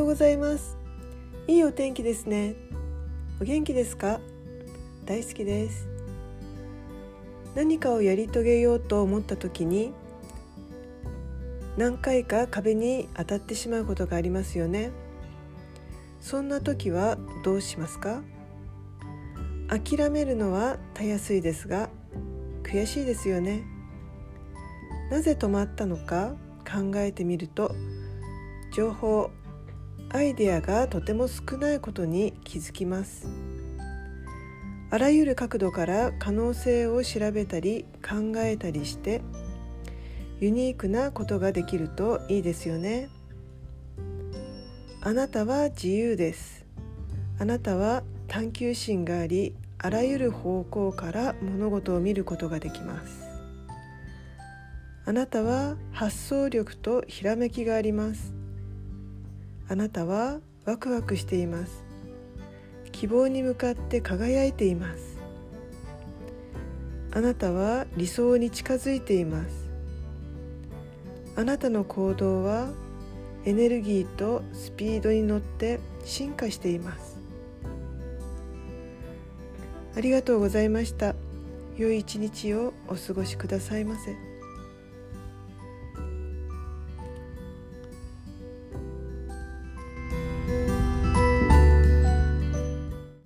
ございます。いいお天気ですね。お元気ですか？大好きです。何かをやり遂げようと思った時に何回か壁に当たってしまうことがありますよね。そんな時はどうしますか？諦めるのはたやすいですが悔しいですよね。なぜ止まったのか考えてみると、情報、アイデアがとても少ないことに気づきます。あらゆる角度から可能性を調べたり考えたりしてユニークなことができるといいですよね。あなたは自由です。あなたは探求心があり、あらゆる方向から物事を見ることができます。あなたは発想力とひらめきがあります。あなたはワクワクしています。希望に向かって輝いています。あなたは理想に近づいています。あなたの行動はエネルギーとスピードに乗って進化しています。ありがとうございました。良い一日をお過ごしくださいませ。